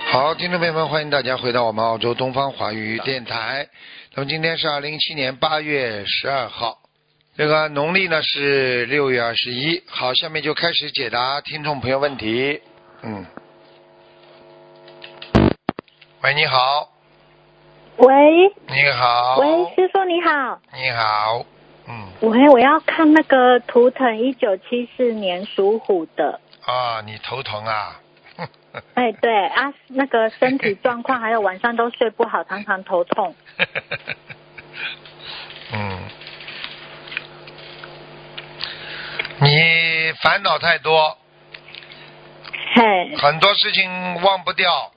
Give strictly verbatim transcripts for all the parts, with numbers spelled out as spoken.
好，听众朋友们，欢迎大家回到我们澳洲东方华语电台。那么今天是二零一七年八月十二号，这个农历呢是六月二十一。好，下面就开始解答听众朋友问题。嗯，喂，你好。 喂。 你好。 喂，师傅你好。 你好。嗯。 喂，我要看那个图腾，一九七四年属虎的。 啊，你头疼啊？ 哎，对啊，那个身体状况还有晚上都睡不好，常常头痛。 嗯，你烦恼太多， 嘿， 很多事情忘不掉。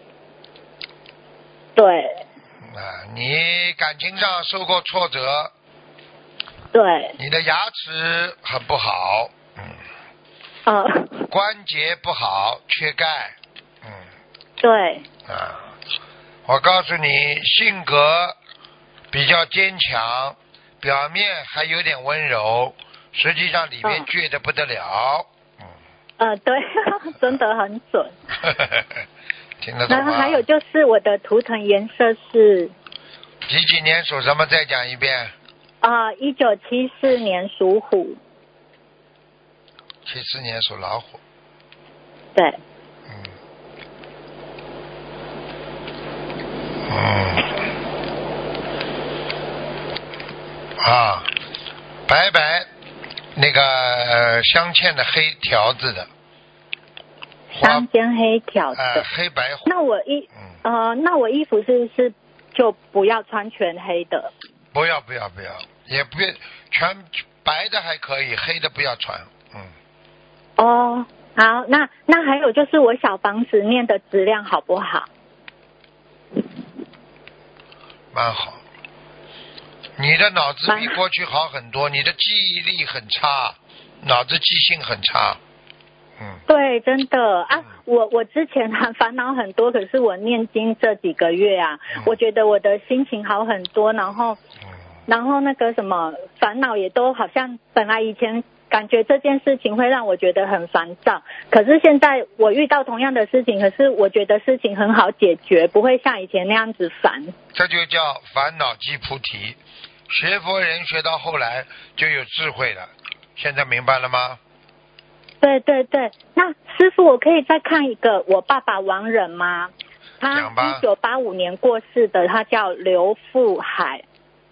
对。 啊，你感情上受过挫折。 对。 你的牙齿很不好。嗯。 呃。 关节不好，缺钙。嗯。 对。 啊，我告诉你，性格比较坚强，表面还有点温柔，实际上里面倔得不得了。 嗯。呃，对，真的很准。 听得懂吗？ 然后还有就是我的图腾颜色是几几年属什么？再讲一遍。 啊，一九七四年属虎。 七四年属老虎。 对。 嗯。嗯。啊，白白那个、呃、镶嵌的黑条子的。 相间黑条的、 呃、黑白虎。 那我衣、嗯、呃，那我衣服是不是就不要穿全黑的？ 不要不要不要，也不全白的还可以，黑的不要穿。嗯。 哦，好，那那还有就是我小房子念的质量好不好？ 蛮好。你的脑子比过去好很多，你的记忆力很差，脑子记性很差。嗯。 对，真的啊，我我之前很烦恼很多，可是我念经这几个月啊、嗯，我觉得我的心情好很多，然后，嗯、然后那个什么烦恼也都好像本来以前感觉这件事情会让我觉得很烦躁，可是现在我遇到同样的事情，可是我觉得事情很好解决，不会像以前那样子烦。 这就叫烦恼即菩提。学佛人学到后来就有智慧了，现在明白了吗？ 对对对，那师父，我可以再看一个我爸爸亡人吗？他一九八五年过世的，他叫刘富海。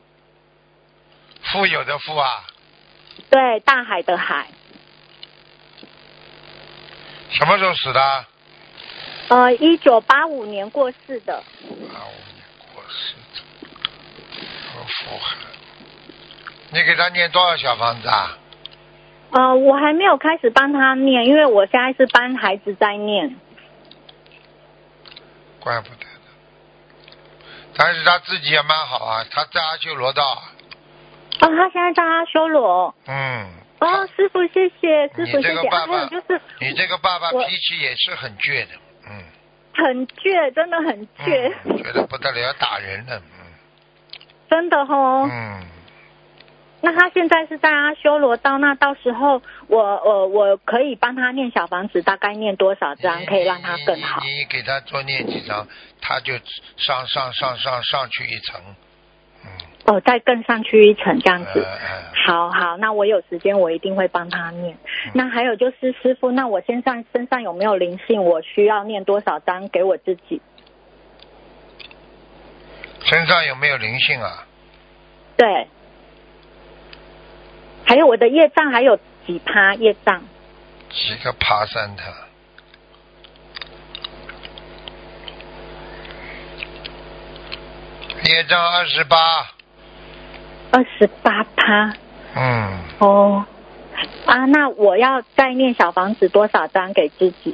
富有的富啊？ 对，大海的海。 什么时候死的？ 呃，一九八五年过世的。 八五年过世的刘富海，你给他念多少小房子啊？ 呃，我还没有开始帮他念，因为我现在是帮孩子在念。 怪不得的，但是他自己也蛮好啊，他在阿修罗道。 哦，他现在在阿修罗。 嗯。 哦，师父谢谢，师父谢谢。 你这个爸爸， 啊、就是、 你这个爸爸脾气也是很倔的，嗯。 很倔，真的很倔。 嗯、倔得不得了，打人了，嗯。 真的哦。 嗯。 那他现在是在阿修罗道，那到时候我我我可以帮他念小房子，大概念多少张可以让他更好？ 你, 你, 你给他多念几张，他就上上上上上去一层。嗯。 哦，再更上去一层这样子。 呃呃、 好好，那我有时间我一定会帮他念。嗯、那还有就是师父，那我身上身上有没有灵性？我需要念多少张给我自己？ 身上有没有灵性啊？ 对。还有我的业障还有几趴业障？ 几个爬山的？业障二十八。 二十八趴。 嗯。 哦。啊，那我要再念小房子多少张给自己？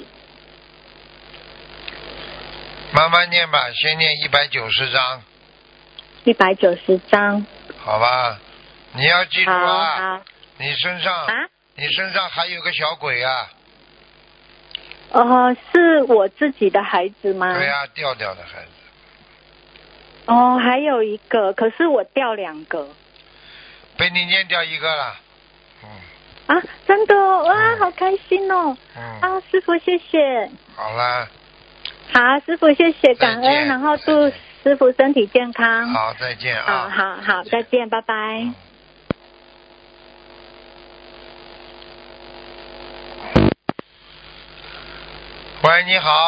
慢慢念吧，先念一百九十张。 一百九十张。 好吧。你要记住啊，你身上啊， 你身上还有个小鬼啊。 呃，是我自己的孩子吗？ 对啊，掉掉的孩子。 哦，还有一个，可是我掉两个。 被你念掉一个了。嗯。 啊，真的哇、嗯，好开心哦。 嗯。 啊，师父谢谢。 好啦， 好，师傅谢谢感再见恩，然后祝师傅身体健康。 好，再见好啊。 好好，再见，拜拜。 嗯喂，你好，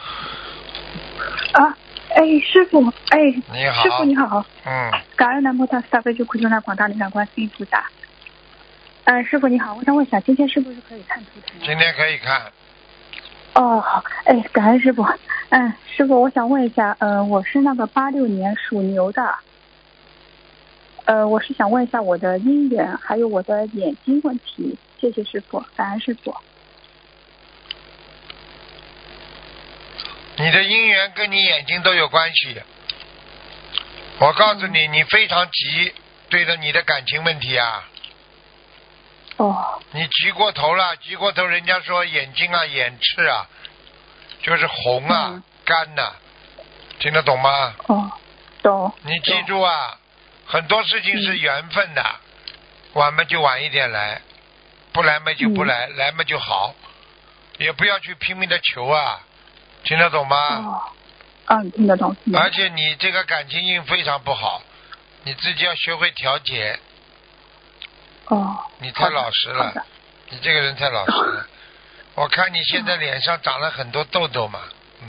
啊，哎，师傅，哎， 你好师傅你好， 嗯， 感恩南无大慈大悲救苦救难广大灵感观世音菩萨。嗯、师傅你好，我想问一下，今天是不是可以看图腾啊？ 今天可以看， 哦，好，哎，感恩师傅。嗯，师傅，我想问一下，呃，我是那个八六年属牛的，呃，我是想问一下我的姻缘，还有我的眼睛问题。谢谢师傅，感恩师傅。 你的姻缘跟你眼睛都有关系。我告诉你，你非常急，对着你的感情问题啊， 哦， 你急过头了，急过头，人家说眼睛啊、眼赤啊，就是红啊、 嗯干呐、听得懂吗？ 哦，懂。 你记住啊，很多事情是缘分的，晚嘛就晚一点来，不来嘛就不来，来嘛就好，也不要去拼命的求啊，听得懂吗？ 哦，嗯，听得懂。听得懂而且你这个感情运非常不好，你自己要学会调节。 哦， 你太老实了好的， 你这个人太老实了。我看你现在脸上长了很多痘痘嘛，嗯，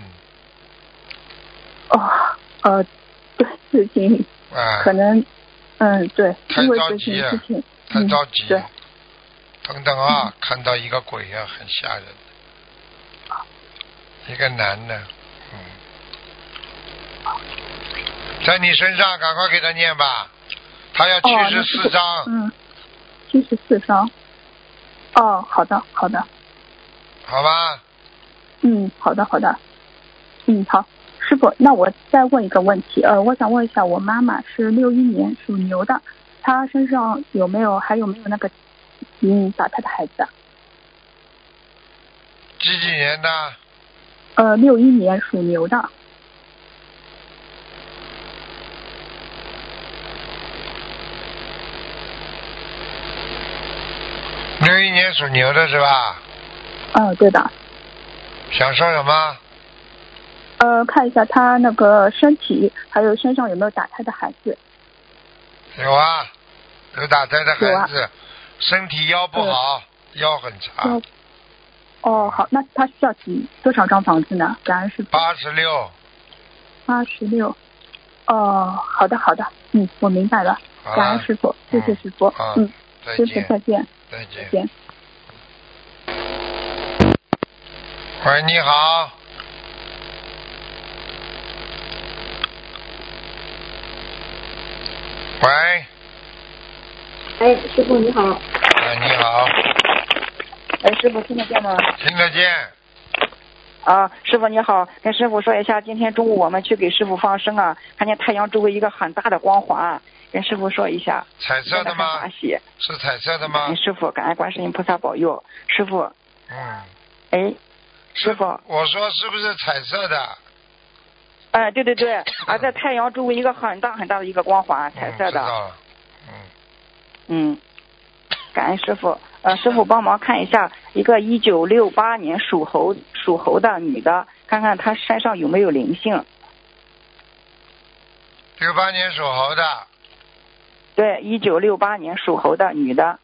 哦，呃，对，最近啊， 可能，嗯，对， 太因为最着急了近事情， 太着急。 嗯、对， 等等啊，看到一个鬼啊，很吓人。一个男的，嗯，在你身上，赶快给他念吧，他要七哦， 十那是四章。 嗯，七十四章。哦，好的，好的， 好吧？ 嗯，好的，好的，嗯，好，师傅，那我再问一个问题，呃，我想问一下，我妈妈是六一年属牛的，她身上有没有还有没有那个嗯打胎的孩子？ 几几年的？ 呃，六一年属牛的。 六一年属牛的是吧？ 嗯、对的。 想说什么？ 呃，看一下她那个身体，还有身上有没有打胎的孩子？ 有啊，有打胎的孩子， 有身体腰不好，腰很差。 腰哦，好，那她需要几多少张房子呢？感恩师傅。 八十六。 八十六。哦，好的好的，嗯，我明白了。 好了感恩师傅，谢谢师傅。 啊嗯，师再见傅再见。 再见再。见。 喂，你好。喂， 哎，师傅你好。 哎，你好， 哎，师傅听得见吗？ 听得见。 啊，师傅你好，跟师傅说一下，今天中午我们去给师傅放生啊，看见太阳周围一个很大的光环，跟师傅说一下。 彩色的吗？ 欢喜。 是彩色的吗感恩？师傅，感恩观世音菩萨保佑。师傅， 嗯。 哎，师傅， 我说是不是彩色的？ 哎，对对对，啊，在太阳周围一个很大很大的一个光环，彩色嗯、知的。 道了。嗯。 嗯，感恩师傅。呃，师傅帮忙看一下一个一九六八年属猴属猴的女的，看看她身上有没有灵性。 六八年属猴的。 对，一九六八年属猴的女的。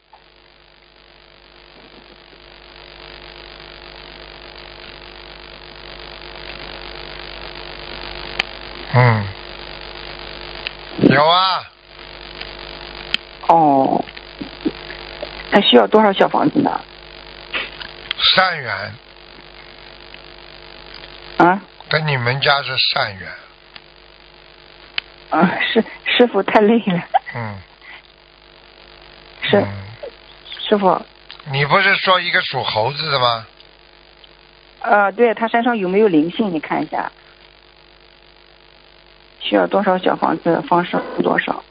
嗯。有啊。 哦。她需要多少小房子呢？ 善缘。 啊？ 跟你们家是善缘。 啊，师师傅太累了。 嗯。 是。 嗯、 师傅。 你不是说一个属猴子的吗？ 呃，对，她身上有没有灵性？你看一下。需要多少小房子？放生多少？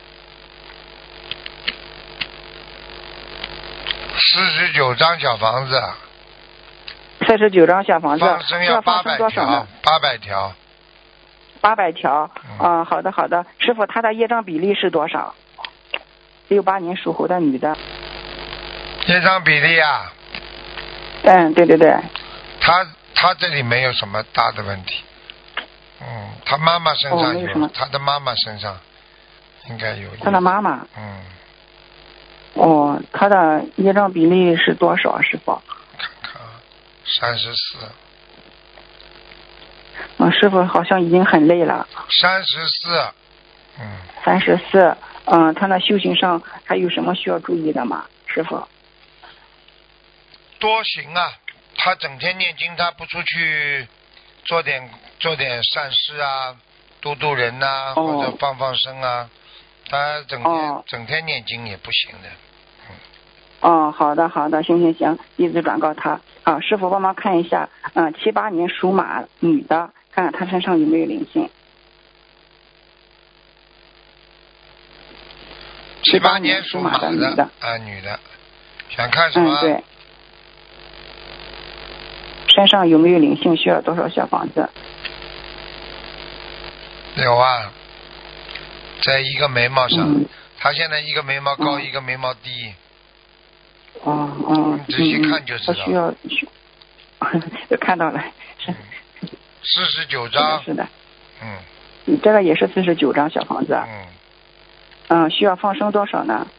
四十九张小房子。 四十九张小房子。 放生要八百条，八百条。 八百条。 嗯、 啊，好的好的，师傅，她的业障比例是多少？六八年属猴的女的。 业障比例啊？ 嗯，对对对。 她他这里没有什么大的问题。嗯，他妈妈身上有， 哦、 他的妈妈身上应该有。 他的妈妈。 嗯。 哦，他的业障比例是多少，师傅？ 看看，三十四。 嗯，师傅好像已经很累了。 三十四。嗯。 三十四。嗯，他那修行上还有什么需要注意的吗，师傅？ 多行啊，他整天念经，他不出去做点做点善事啊，度度人呐、啊哦，或者放放生啊，他整天、哦、整天念经也不行的。嗯。 哦，好的好的，行行行，弟子转告他啊。师傅帮忙看一下，嗯，七八年属马女的，看看她身上有没有灵性。 七八年属马的女的啊，女的，想看什么？ 嗯，对。身上有没有灵性？需要多少小房子？ 有啊，在一个眉毛上， 嗯、 他现在一个眉毛高，嗯、一个眉毛低。 哦哦， 你仔细看就知道。 他需要，就看到了，是。 四十九张。 是的。 嗯。 你这个也是四十九张小房子。 嗯。 嗯，需要放生多少呢？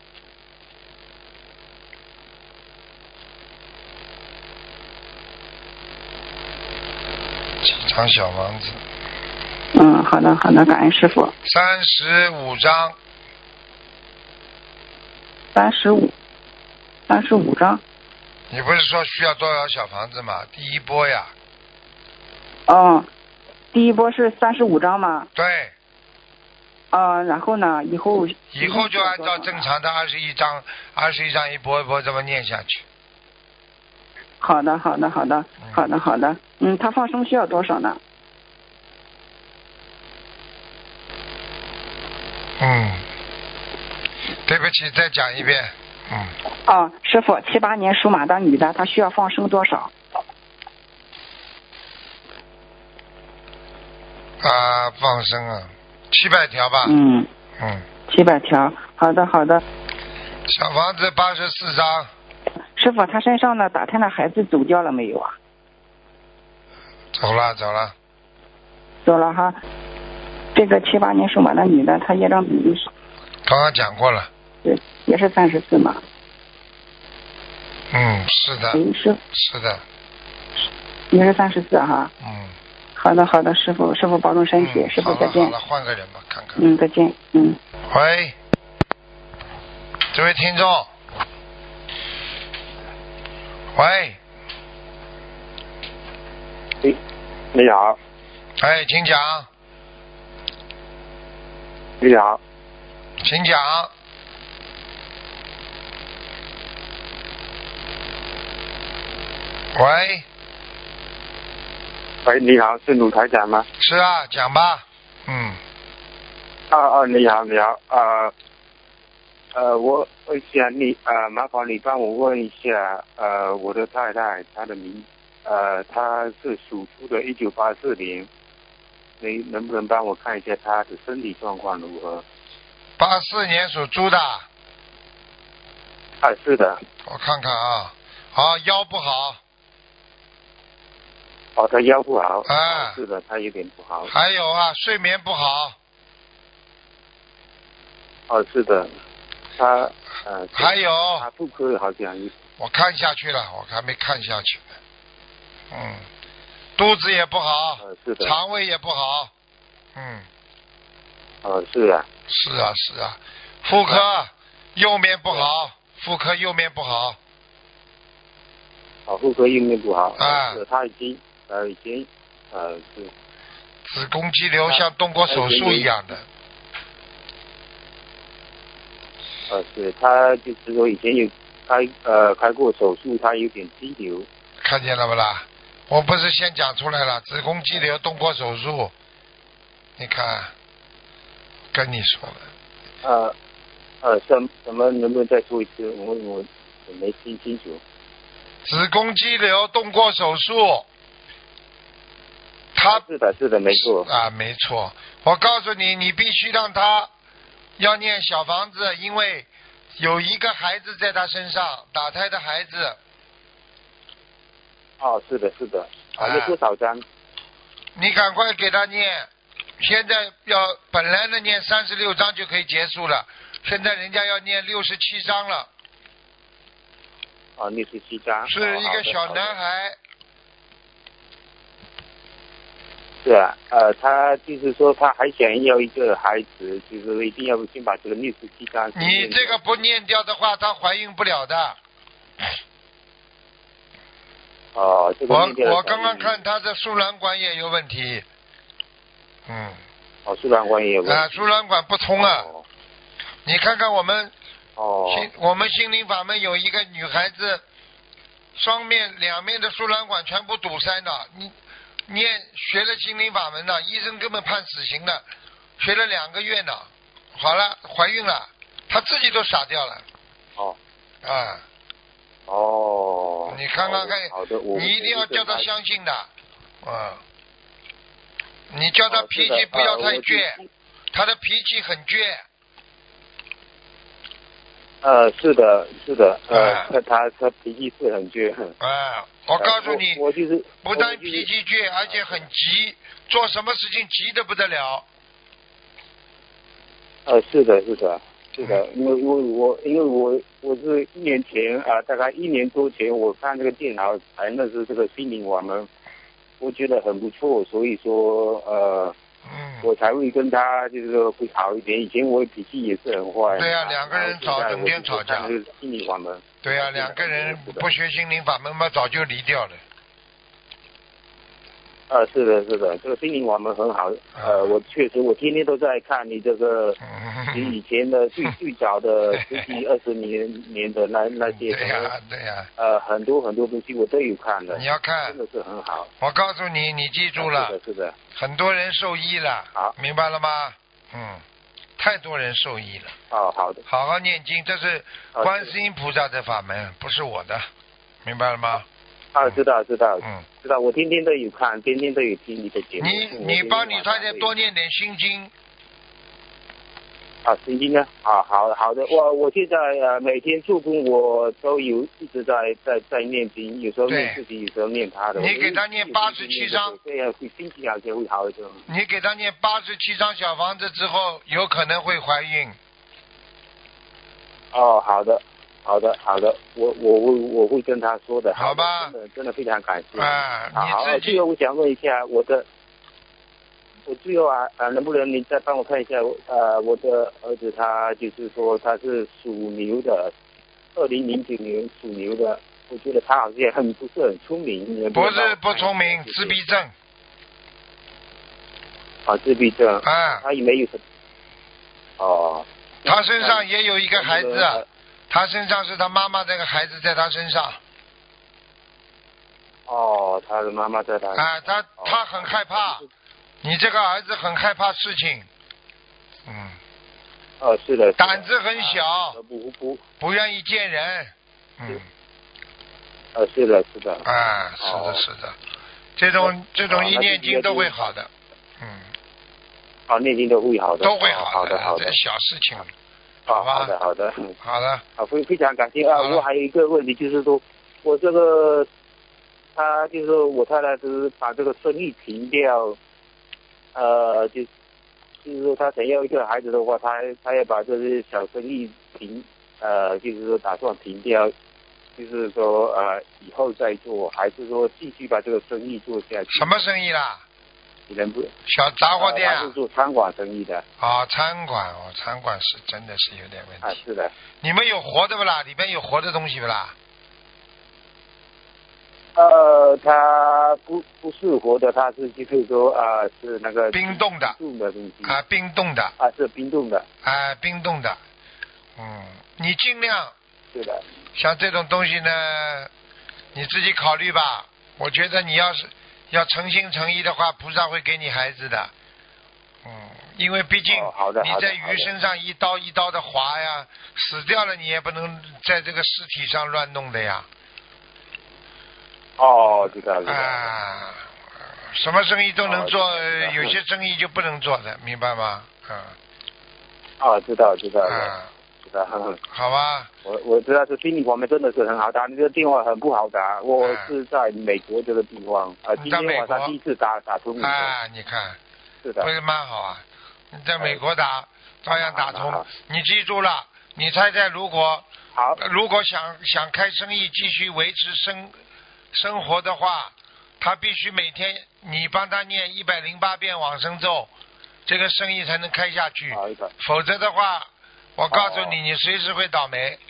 几张小房子？ 嗯，好的好的，感恩师傅。 三十五张。 三十五，三十五张。 你不是说需要多少小房子吗？第一波呀。 哦，第一波是三十五张吗？ 对。 啊、呃，然后呢？以后以后就按照正常的二十一张，二十一张一波一波这么念下去。 好的，好的，好的，好的，好的。嗯，他放生需要多少呢？ 嗯，对不起，再讲一遍。嗯。 哦，师傅，七八年属马的女的，她需要放生多少？ 啊，放生啊。七百条吧。 嗯嗯， 七百条。好的好的。 小房子八十四张。 师傅，他身上呢打胎的孩子走掉了没有啊？ 走了走了。 走了哈。这个七八年属马的女的，她业障比例是？ 刚刚讲过了。 对，也是三十四嘛。 嗯，是的。 是。 是的。 也是三十四哈。 嗯。 好的，好的，师傅，师傅保重身体， 嗯、 师傅再见。 好了，换个人吧，看看。 嗯，再见，嗯。 喂，这位听众，喂。 你你好。 哎，请讲。 你好。 请讲。喂。 喂，你好，是鲁台长吗？ 是啊，讲吧。嗯。 啊啊，你好，你好，呃，呃，我我想你呃，麻烦你帮我问一下，呃，我的太太她的名，呃，她是属猪的，一九八四年，你能不能帮我看一下她的身体状况如何？ 八四年属猪的。 啊，是的。 我看看啊，好，腰不好。 哦，他腰不好。 啊、 哦。是的，他有点不好。 还有啊，睡眠不好。 哦，是的，他呃。 还有。 他妇科好像有。 我看下去了，我还没看下去。嗯。肚子也不好。 呃，是的。 肠胃也不好。嗯。 哦，是啊。 是啊，是啊。妇科、啊、右面不好，妇科右面不好。 哦，妇科右面不好。 啊。 是他已经。呃，已经呃是子宫肌瘤像动过手术一样的。 呃，是他就是说以前有开呃开过手术，他有点肌瘤。 看见了不啦？我不是先讲出来了，子宫肌瘤动过手术。你看，跟你说了。 呃呃，什什么能不能再说一次？我我我没听清楚。 子宫肌瘤动过手术。他是的，是的，没错啊，没错。我告诉你，你必须让他要念小房子，因为有一个孩子在他身上，打胎的孩子。 哦，是的，是的。 啊，有多少张？ 你赶快给他念，现在要本来呢念三十六章就可以结束了，现在人家要念六十七章了。 啊，六十七张。 是一个小男孩。 是啊，呃，他就是说他还想要一个孩子，就是一定要先把这个六十七章。 你这个不念掉的话，她怀孕不了的。 哦，这个我我刚刚看她的输卵管也有问题。嗯。 哦，输卵管也有问题。 啊，输卵管不通啊。哦、你看看我们。 哦。 心我们心灵法门有一个女孩子，双面两面的输卵管全部堵塞呢。你。念学了心灵法门呢，医生根本判死刑的，学了两个月呢，好了，怀孕了，她自己都傻掉了。 哦。 啊。 哦。 你看看看， 好的，我你一定要叫她相信的，啊。你叫她脾气不要太倔，她的脾气很倔。 呃，是的，是的，呃，他他他脾气是很倔。 啊，我告诉你， 我, 我就是不但脾气倔，而且很急，做什么事情急得不得了。 呃，是的，是的，是的，因为因为我因为我我是一年前啊、呃，大概一年多前，我看这个电脑才认识这个心灵法门，我觉得很不错，所以说呃。 嗯， 我才会跟他就是说会好一点。以前我脾气也是很坏。 对呀、啊，两个人吵，整天吵架。 心灵法门。 对呀、啊，两个人不学心灵法门嘛，早就离掉了。 啊，是的，是的，这个心灵法门很好。呃，我确实我天天都在看你这个，你以前的最最早的十几二十年年的那那些。 对呀、啊，对呀、啊。 呃，很多很多东西我都有看的。 你要看。 真的是很好。 我告诉你，你记住了。 是的，是的。 很多人受益了。 好。 明白了吗？嗯。太多人受益了。 哦，好的。 好好念经，这是观世音菩萨的法门，不是我的，明白了吗？ 啊，知道知道， 嗯， 知道，我天天都有看，天天都有听你的节目。 你你帮你太太多念点心经。 啊，心经呢？啊，好好的，我我现在呃每天做工我都有一直在在在念经，有时候念自己，有时候念他的。 你给他念八十七章， 这样会心情好像会好一点。 你给他念八十七章小房子之后，有可能会怀孕。 哦，好的。好的，好的，我我会我会跟他说的。 好吧， 真的真的非常感谢。 啊， 好， 你自己。 最后我想问一下，我的，我最后啊啊，能不能你再帮我看一下？呃，我的儿子他就是说他是属牛的，二零零九年属牛的，我觉得他好像很不是很聪明。 不是不聪明，自闭症。 啊，自闭症。 啊。 他也没有什么。哦。 他身上也有一个孩子。他身上是他妈妈这个孩子在他身上。 哦，他的妈妈在他。 啊，他他很害怕，哦、你这个儿子很害怕事情。嗯。 哦，是的。 胆子很小。 啊、不不不愿意见人。嗯。 呃、啊，是的，是的。 啊，是的，是的，这种这种一念经都会好的。嗯。 啊，念经都会好的。 都会好的，好的， 这小事情。 好, 好的，好的， 好的， 好，非非常感谢啊！我还有一个问题，就是说，我这个，他就是说我太太是把这个生意停掉，呃，就就是说他想要一个孩子的话，他他要把这些小生意停，呃，就是说打算停掉，就是说呃以后再做，还是说继续把这个生意做下去？ 什么生意啦？ 人不小杂货店啊？ 他是做餐馆生意的。 啊、哦，餐馆哦，餐馆是真的是有点问题。 啊，是的。 你们有活的不啦？里边有活的东西不啦？ 呃，它不不是活的，它是就是说啊、呃，是那个冰冻的。 冰冻的东西。 啊，冰冻的。 啊，是冰冻的。 啊，冰冻的。嗯，你尽量。 是的。 像这种东西呢，你自己考虑吧。我觉得你要是。要诚心诚意的话，菩萨会给你孩子的。嗯，因为毕竟你在鱼身上一刀一刀的划呀，死掉了你也不能在这个尸体上乱弄的呀。 哦，知道了。 啊，什么生意都能做，哦、有些生意就不能做的，明白吗？嗯。 啊，知道知道。 啊， 是的， 好吧？ 我我知道这心理方面真的是很好打，你这个电话很不好打。我是在美国这个地方，啊、呃，今天晚上第一次打打通。 啊，你看， 是的， 不是蛮好啊？你在美国打，照样打通。你记住了，你猜猜，如果好， 如果想想开生意，继续维持生生活的话，他必须每天你帮他念一百零八遍往生咒，这个生意才能开下去。否则的话，我告诉你，你随时会倒霉。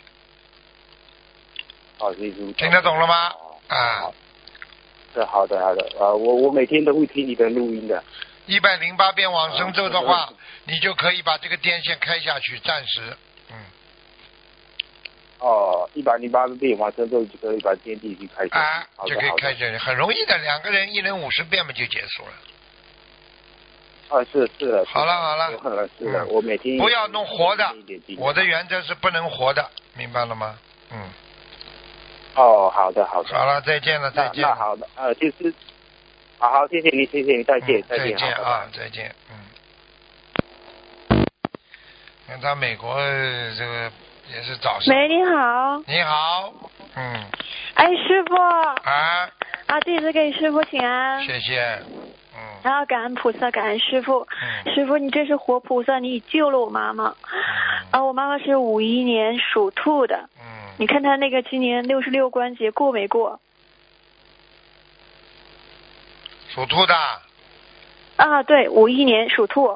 好， 听得懂了吗？啊， 是好的，好的。呃，我我每天都会听你的录音的。 一百零八遍往生咒的话，你就可以把这个电线开下去，暂时。嗯。 哦，一百零八遍往生咒就可以把电继续开下去。 啊，就可以开下去，很容易的，两个人一人五十遍嘛就结束了。 啊，是是的。 好了好了， 是的，我每天不要弄活的，我的原则是不能活的，明白了吗？嗯。 哦，好的好的。 好了，再见了再见。 那好的，呃，就是，好好，谢谢你谢谢你，再见、嗯、 再见再见啊，再见，嗯。看他美国这个也是早上。 喂，你好。 你好，嗯。 哎，师傅。 啊。 啊，弟子给师傅请安。 谢谢。嗯， 然后感恩菩萨，感恩师傅。 嗯、 师傅，你这是活菩萨，你救了我妈妈。 嗯、 啊，我妈妈是五一年属兔的。 嗯。 你看她那个今年六十六关节过没过？ 属兔的。 啊，对，五一年属兔。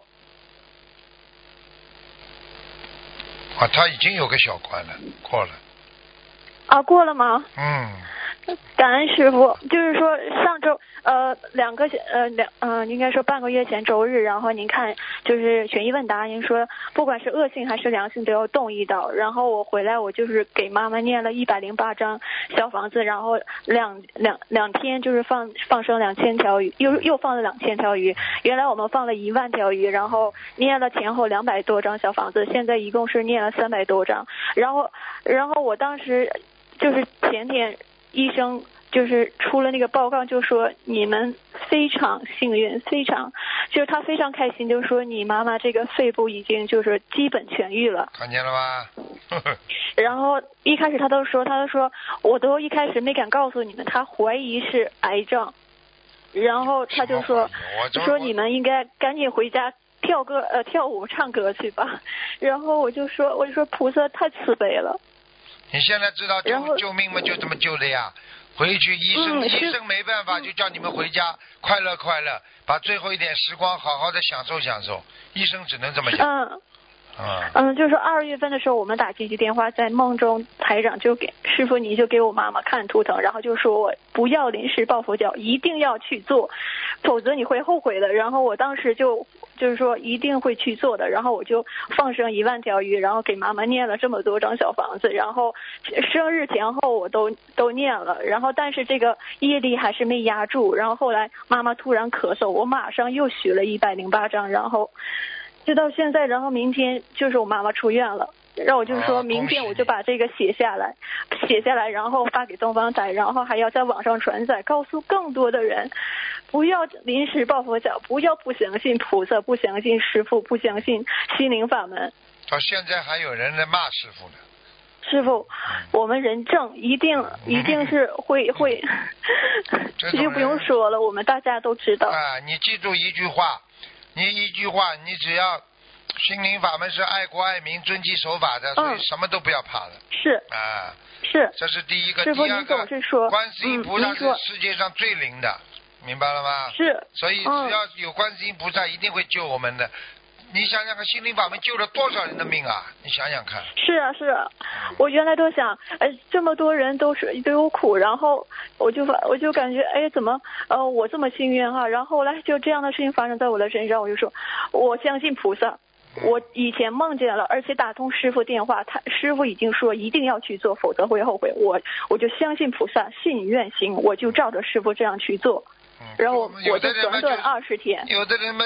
啊，他已经有个小关了，过了。 啊，过了吗？ 嗯。 感恩师傅，就是说上周呃两个呃两呃应该说半个月前周日，然后您看就是悬疑问答，您说不管是恶性还是良性都要动一刀，然后我回来我就是给妈妈念了一百零八张小房子，然后两两两天就是放放生两千条鱼，又又放了两千条鱼，原来我们放了一万条鱼，然后念了前后两百多张小房子，现在一共是念了三百多张，然后然后我当时就是前天。医生就是出了那个报告，就说你们非常幸运，非常就是他非常开心，就说你妈妈这个肺部已经就是基本痊愈了。 看见了吗？ 然后一开始他都说，他都说我都一开始没敢告诉你们，他怀疑是癌症，然后他就说说你们应该赶紧回家跳歌呃跳舞唱歌去吧。然后我就说我就说菩萨太慈悲了。 你现在知道救救命嘛，就这么救的呀。回去医生、嗯、医生没办法，就叫你们回家快乐快乐，把最后一点时光好好的享受享受。医生只能这么讲。 嗯。 嗯, 嗯，就是二月份的时候，我们打紧急电话，在梦中台长就给师傅，你就给我妈妈看图腾，然后就说我不要临时抱佛脚，一定要去做，否则你会后悔的。然后我当时就就是说一定会去做的，然后我就放生一万条鱼，然后给妈妈念了这么多张小房子，然后生日前后我都都念了，然后但是这个业力还是没压住，然后后来妈妈突然咳嗽，我马上又许了一百零八张，然后。就到现在，然后明天就是我妈妈出院了，然后我就说明天我就把这个写下来，写下来，然后发给东方台，然后还要在网上传载，告诉更多的人，不要临时抱佛脚，不要不相信菩萨，不相信师父，不相信心灵法门。 到现在还有人在骂师父呢。 师父，我们人正一定一定是会会，这就不用说了，我们大家都知道。 啊，你记住一句话。你一句话，你只要心灵法门是爱国爱民、遵纪守法的， 嗯、 所以什么都不要怕了。 是啊， 是， 这是第一个。 师父， 第二个，观世音菩萨是世界上最灵的，嗯、明白了吗？ 是。 所以只要有观世音菩萨，一定会救我们的。你想想看，心灵法门救了多少人的命啊？你想想看。 是啊是啊，我原来都想，哎，这么多人都是都有苦，然后我就我就感觉，哎，怎么呃我这么幸运哈？然后后来就这样的事情发生在我的身上，我就说，我相信菩萨。我以前梦见了，而且打通师傅电话，他师傅已经说一定要去做，否则会后悔。我我就相信菩萨，信你愿行，我就照着师傅这样去做。然后我就短短二十天。 有的人们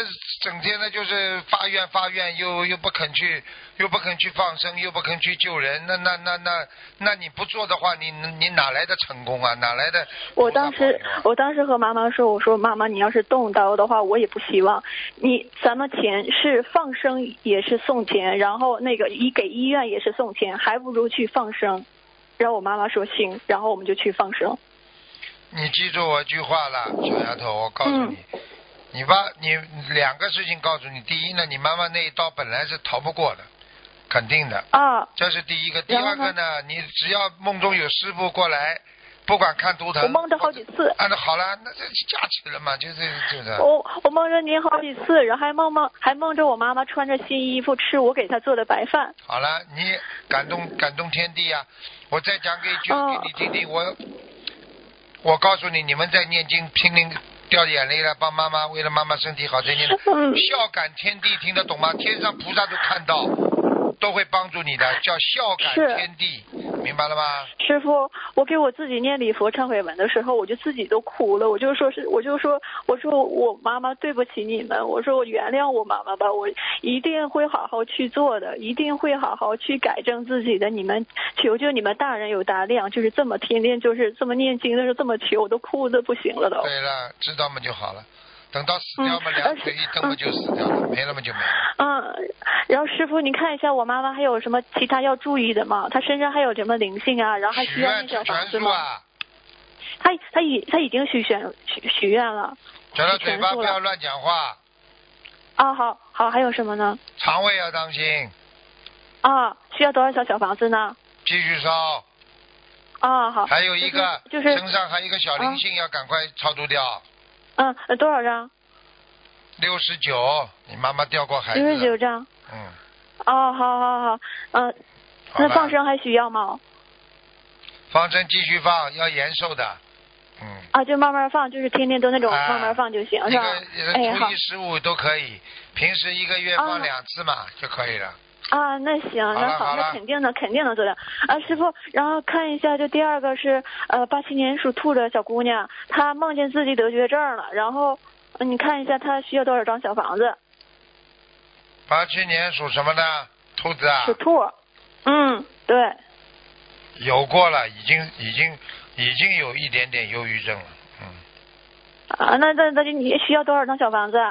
整天的就是发愿发愿，又又不肯去，又不肯去放生，又不肯去救人，那那那那那你不做的话，你你哪来的成功啊？哪来的、啊？ 我当时我当时和妈妈说，我说妈妈，你要是动刀的话，我也不希望你。咱们钱是放生也是送钱，然后那个一给医院也是送钱，还不如去放生。然后我妈妈说行，然后我们就去放生。 你记住我一句话了，小丫头，我告诉你。嗯，你爸，你两个事情告诉你。第一呢，你妈妈那一刀本来是逃不过的，肯定的。 啊。 这是第一个。第二个呢，你只要梦中有师傅过来，不管看图腾。 我梦着好几次。 啊，那好了，那这加持了嘛，就是就是。 我我梦着您好几次，然后还梦梦还梦着我妈妈穿着新衣服吃我给她做的白饭。 好了，你感动感动天地呀、啊！我再讲给一句给你听听，我我告诉你，你们在念经拼命掉眼泪了，帮妈妈为了妈妈身体好在念的，孝感天地，听得懂吗？天上菩萨都看到，都会帮助你的，叫孝感天地，明白了吗？ 师父，我给我自己念礼佛忏悔文的时候，我就自己都哭了，我就说是，我就说，我说我妈妈对不起你们，我说我原谅我妈妈吧，我一定会好好去做的，一定会好好去改正自己的。你们求求你们大人有大量，就是这么天天就是这么念经的时候这么求，我都哭的不行了都。 对了，知道嘛就好了。等到死掉嘛，两腿一蹬嘛就死掉了，没了嘛就没了。 嗯，然后师傅，你看一下我妈妈还有什么其他要注意的吗？她身上还有什么灵性啊？然后还需要念小房子吗？她她已她已经许愿许许愿了。 叫她嘴巴不要乱讲话。 啊，好好，还有什么呢？ 肠胃要当心。 啊，需要多少小小房子呢？ 继续烧。 啊，好。 还有一个， 就是身上还有一个小灵性，要赶快超度掉。 嗯，多少张？ 六十九，你妈妈掉过孩子。 六十九张。 嗯。 哦，好好好，嗯、呃，那放生还需要吗？ 放生继续放，要延寿的。嗯。 啊，就慢慢放，就是天天都那种慢慢放就行， 啊、 是吧？ 哎，初一十五都可以，平时一个月放两次嘛、啊、就可以了。 啊，那行，那好，那肯定的，肯定能做到。啊，师傅，然后看一下，就第二个是呃八七年属兔的小姑娘，她梦见自己得绝症了，然后、呃、你看一下她需要多少张小房子？ 八七年属什么的？兔子啊？ 属兔。嗯，对。 有过了，已经已经已经有一点点忧郁症了，嗯。 啊，那那那你需要多少张小房子？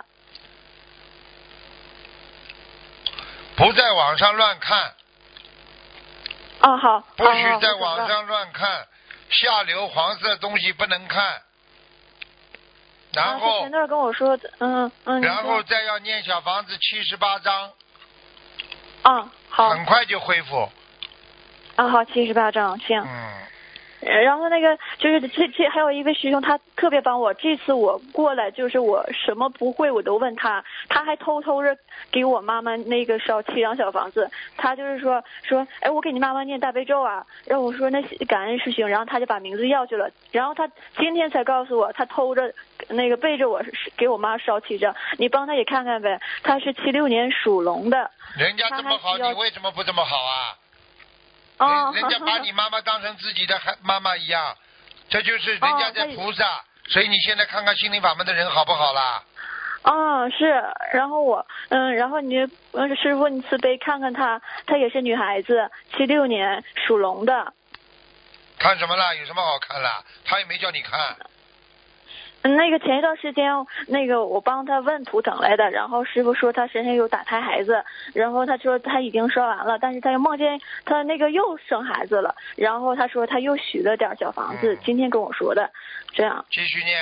不在网上乱看。 哦，好。 不许在网上乱看，下流黄色东西不能看。然后。 啊、前段跟我说的，嗯嗯。 然后再要念小房子七十八章。 啊，好。 很快就恢复。 啊，好，七十八章，行。 嗯。 然后那个就是这这还有一位师兄，他特别帮我。这次我过来，就是我什么不会我都问他，他还偷偷着给我妈妈那个烧七张小房子。他就是说说，哎，我给你妈妈念大悲咒啊。然后我说那感恩师兄，然后他就把名字要去了。然后他今天才告诉我，他偷着那个背着我给我妈烧七张。你帮他也看看呗。他是七六年属龙的。 人家这么好，你为什么不这么好啊？ 哦， 人家把你妈妈当成自己的妈妈一样，这就是人家在菩萨、哦，所以你现在看看心灵法门的人好不好啦？ 哦，是，然后我，嗯，然后你，嗯，师傅你慈悲看看她，她也是女孩子，七六年属龙的。 看什么啦？有什么好看啦？她也没叫你看。 那个前一段时间，那个我帮他问图腾来的，然后师傅说他身上有打胎孩子，然后他说他已经烧完了，但是他又梦见他那个又生孩子了，然后他说他又许了点小房子、嗯，今天跟我说的，这样。 继续念，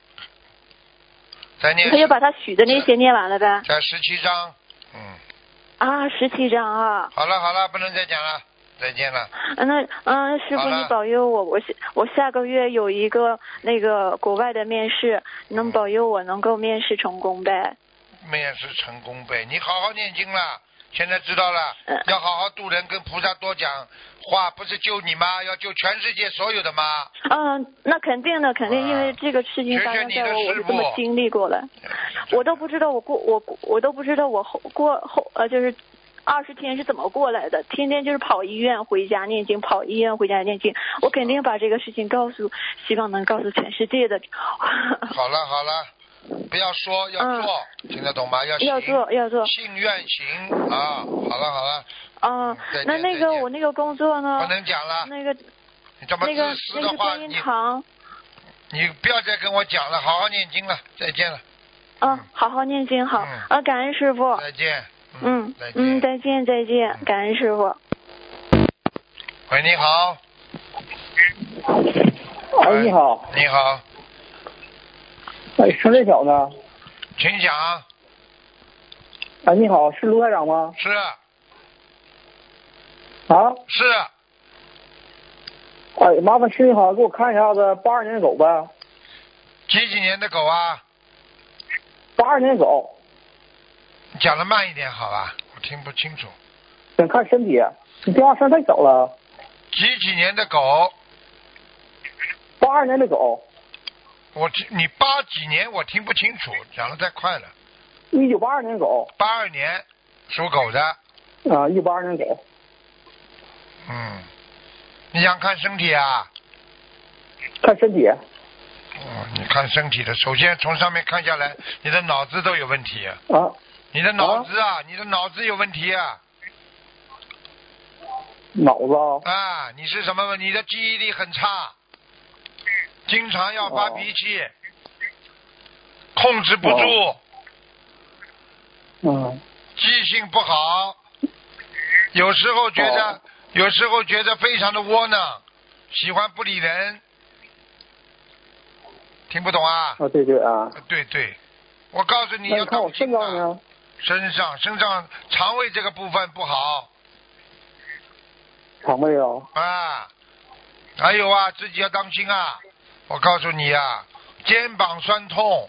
再念。 他就把他许的那些念完了呗。 在十七章，嗯。 啊，十七章啊。 好了好了，不能再讲了。再见了。 那嗯，师傅你保佑我，我下我下个月有一个那个国外的面试，能保佑我能够面试成功呗？ 面试成功呗，你好好念经了，现在知道了，嗯、要好好度人，跟菩萨多讲话，不是救你妈，要救全世界所有的妈。 嗯，那肯定的，肯定，因为这个事情发生在我，我是这么经历过了，我都不知道我过我我都不知道我后过后呃就是。二十天是怎么过来的？天天就是跑医院回家念经，跑医院回家念经。我肯定把这个事情告诉，希望能告诉全世界的。 好了好了， 不要说，要嗯做，听得懂吗？要行要做要做。 信愿行啊！好了好了， 哦、 嗯再见那那再见个我那个工作呢？ 不能讲了。 那个你这么那个自私那的话， 个观音你堂。 你不要再跟我讲了，好好念经了，再见了。 嗯，好好念经好。 嗯啊，感恩师傅。 再见。 嗯再见。 嗯，再见再见，感恩师傅。 喂，你好。 哎，你好。 你好， 哎，声太小呢。 请讲。 哎，你好，是卢台长吗？ 是啊。 是。 哎，麻烦师你好，给我看一下子八二年的狗呗。 几几年的狗啊？ 八二年的狗。 你讲的慢一点好吧，我听不清楚。 想看身体，你电话声太小了。 几几年的狗？ 八二年的狗。 我听你八几年我听不清楚，讲的太快了。 一九八二年狗。 八二年属狗的。 啊，一九八二年狗。 嗯，你想看身体啊？ 看身体。 哦，你看身体的，首先从上面看下来，你的脑子都有问题。 啊。 你的脑子啊，啊你的脑子有问题啊。 脑子啊。啊，你是什么？你的记忆力很差，经常要发脾气，哦、控制不住。 哦、嗯。 记性不好，有时候觉得，哦、有时候觉得非常的窝囊，喜欢不理人。听不懂啊？ 啊，对对啊。 对对，我告诉你要看我身上呢。 身上身上肠胃这个部分不好。 肠胃啊。 啊，还有啊，自己要当心啊！我告诉你啊，肩膀酸痛。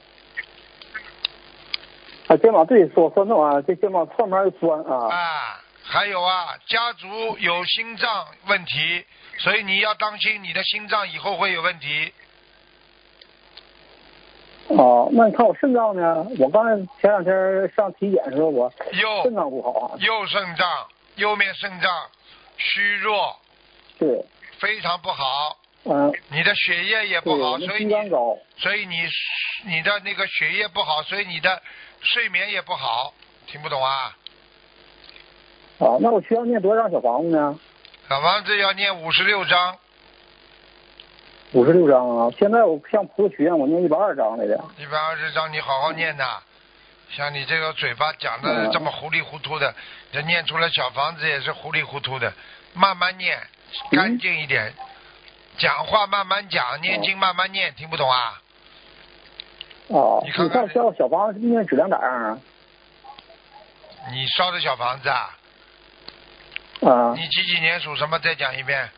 啊，肩膀对说酸痛啊，这肩膀侧面又酸啊。 啊，还有啊，家族有心脏问题，所以你要当心你的心脏以后会有问题。 哦，那你看我肾脏呢？我刚才前两天上体检的时候，我右肾脏不好啊。 右肾脏，右面肾脏虚弱， 对， 非常不好。 嗯。 你的血液也不好，所以你所以你你的那个血液不好，所以你的睡眠也不好。听不懂啊？ 啊，那我需要念多少张小房子呢？ 小房子要念五十六章。 五十六章啊！现在我向菩萨许愿，我念一百二十章来的。 一百二十章，你好好念呐。像你这个嘴巴讲的这么糊里糊涂的，这、嗯、念出来小房子也是糊里糊涂的。慢慢念，干净一点。嗯、讲话慢慢讲，念经慢慢念，哦、听不懂啊？ 哦。 你看看， 烧小房子念质量咋样啊？ 你烧的小房子啊？ 啊。 你几几年属什么？再讲一遍。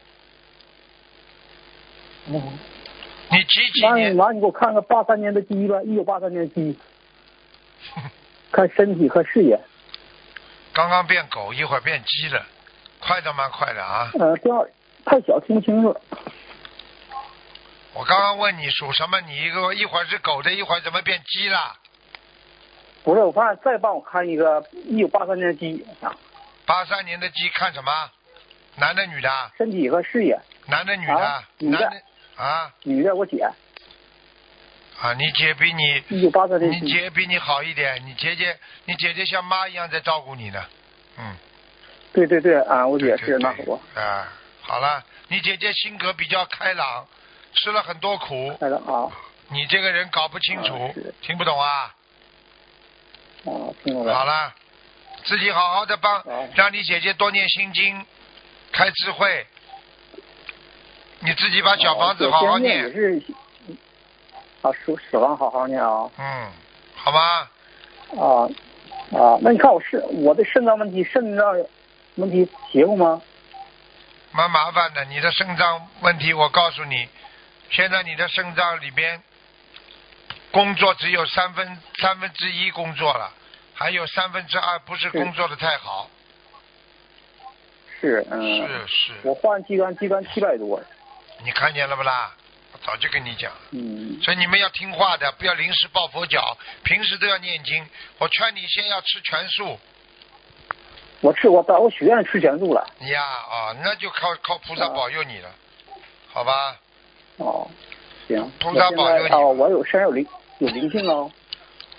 嗯， 你几几年？ 完你给我看看八三年的鸡吧，一九八三年的鸡，看身体和事业。 刚刚变狗，一会儿变鸡了，快的蛮快的啊。 呃，电话太小，听不清楚。 我刚刚问你属什么，你一个一会儿是狗的，一会儿怎么变鸡了？ 不是，我看再帮我看一个一九八三年的鸡。 八三年的鸡看什么？男的女的？ 身体和事业。 男的女的？ 啊、女的。 男的啊， 女的，我姐。 啊，你姐比你， 一九八三年， 你姐比你好一点，你姐姐，你姐姐像妈一样在照顾你呢，嗯。 对对对啊，我姐是那个。 啊，好了，你姐姐性格比较开朗，吃了很多苦。 开朗啊。 你这个人搞不清楚， 啊、 听不懂啊？ 啊，听懂了。 好了，自己好好的帮， 啊、 让你姐姐多念心经，开智慧。你自己把小房子好好念。 也是啊，守守房好好念啊。 嗯，好吧。 啊啊，那你看我肾，我的肾脏问题，肾脏问题邪乎吗？ 蛮麻烦的，你的肾脏问题，我告诉你，现在你的肾脏里边工作只有三分三分之一工作了，还有三分之二不是工作的太好。 是，嗯。 是是。 我换器官，器官七百多。 你看见了不啦？我早就跟你讲。 嗯。 所以你们要听话的，不要临时抱佛脚，平时都要念经。我劝你先要吃全素。 我吃，我到我许愿吃全素了。 呀啊，那就靠靠菩萨保佑你了，啊、好吧？ 哦，行。 菩萨保佑你。 哦，我有身上有灵有灵性哦。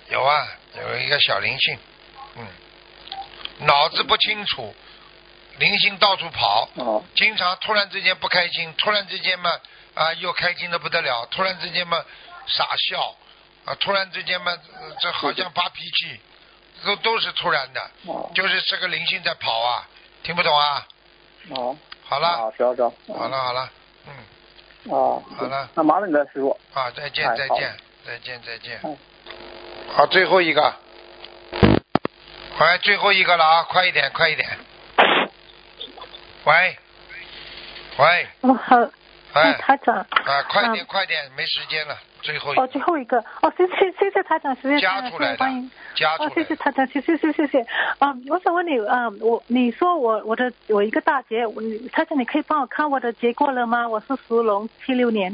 有啊，有一个小灵性，嗯，脑子不清楚，灵性到处跑， 哦经常突然之间不开心，突然之间嘛啊又开心的不得了，突然之间嘛傻笑，啊突然之间嘛、呃这好像发脾气，都都是突然的， 哦就是这个灵性在跑啊，听不懂啊？ 哦， 好了， 啊，知道知道。 好了好了，嗯， 哦， 好了， 那麻烦你了，师傅。 啊再见哎好再见再见再见哎， 好最后一个，喂最后一个了啊，快一点快一点，喂喂。 哦，好， 哎， 台长。 啊，快点、 嗯快点，没时间了，最后一个哦，最后一个哦，谢谢谢谢台长，谢谢加出来的欢迎，哦， 加出来的， 谢谢台长，谢谢谢谢谢谢啊、我想问你啊、我你说我我的有一个大劫，我你台长你可以帮我看我的结过了吗？我是属龙，七六年，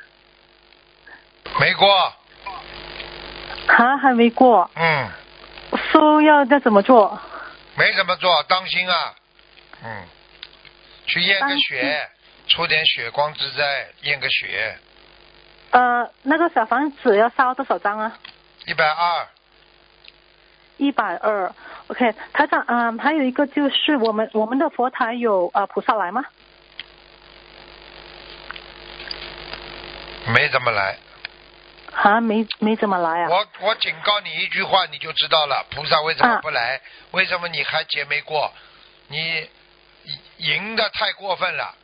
没过， 啊还没过， 嗯， 说要要怎么做？ 没怎么做，当心啊，嗯，去验个当血，出点血光之灾，验个血， 呃，那个小房子要烧多少张啊？ 一百二， 一百二。OK， 台长，嗯、还有一个就是我们我们的佛台有呃菩萨来吗？ 没怎么来。 啊，没没怎么来啊。 我我警告你一句话，你就知道了，菩萨为什么不来？啊、为什么你还劫没过？你赢的太过分了。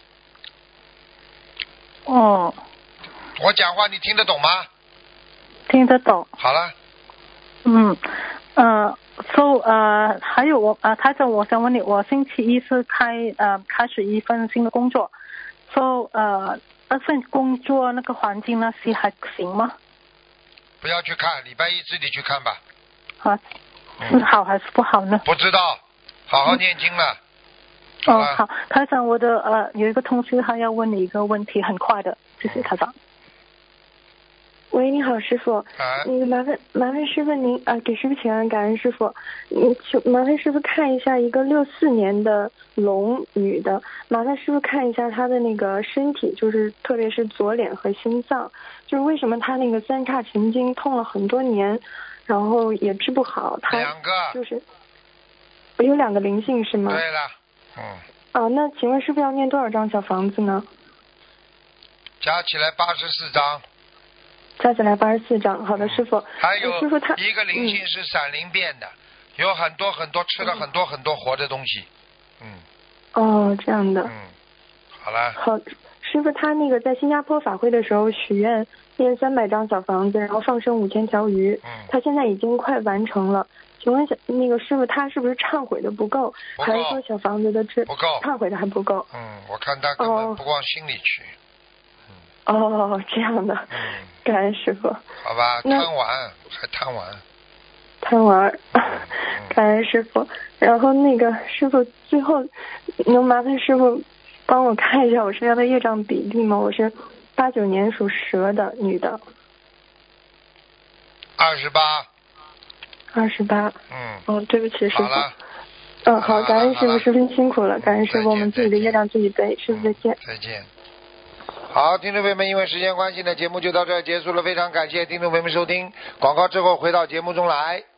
哦。 我讲话你听得懂吗？ 听得懂。 好了。 嗯，呃，so 呃，还有我呃，台长，我想问你，我星期一是开呃开始一份新的工作 ，so 呃，那份工作那个环境那些还行吗？ 不要去看，礼拜一自己去看吧。 啊，是好还是不好呢？ 不知道，好好念经了。 嗯、哦，好，台长，我的呃有一个同学他要问你一个问题，很快的，谢谢台长。 喂，你好，师傅。 啊。 那个麻烦麻烦师傅您啊，给师傅请安，感恩师傅。嗯，请麻烦师傅看一下一个六四年的龙女的，麻烦师傅看一下她的那个身体，就是特别是左脸和心脏，就是为什么她那个三叉神经痛了很多年，然后也治不好。她两个。 就是有两个灵性是吗？ 对了，嗯。 啊，那请问师傅要念多少张小房子呢？ 加起来八十四张。 加起来八十四张，好的，师傅。 还有师傅他一个灵性是闪灵变的，嗯、有很多很多吃了很多很多活的东西，嗯。 哦，这样的。 嗯，好了。 好，师傅他那个在新加坡法会的时候许愿念三百张小房子，然后放生五千条鱼， 嗯， 他现在已经快完成了。请问那个师傅他是不是忏悔的不够， 不够还是说小房子的质不够， 忏悔的还不够？ 嗯，我看他根本不往心里去。 哦，哦这样的。 嗯。 感恩师傅。 好吧，贪玩还贪玩。 贪玩，感恩师傅。然后那个师傅最后能麻烦师傅帮我看一下我身上的业障比例吗？我是八九年属蛇的女的。 二十八。 二十八。 嗯。 哦，对不起师傅。 好了。 嗯，好，感恩师傅，十分辛苦了，感恩师傅，我们自己的业障自己背，师傅再见。 再见。好，听众朋友们，因为时间关系呢，节目就到这儿结束了。非常感谢听众朋友们收听，广告之后回到节目中来。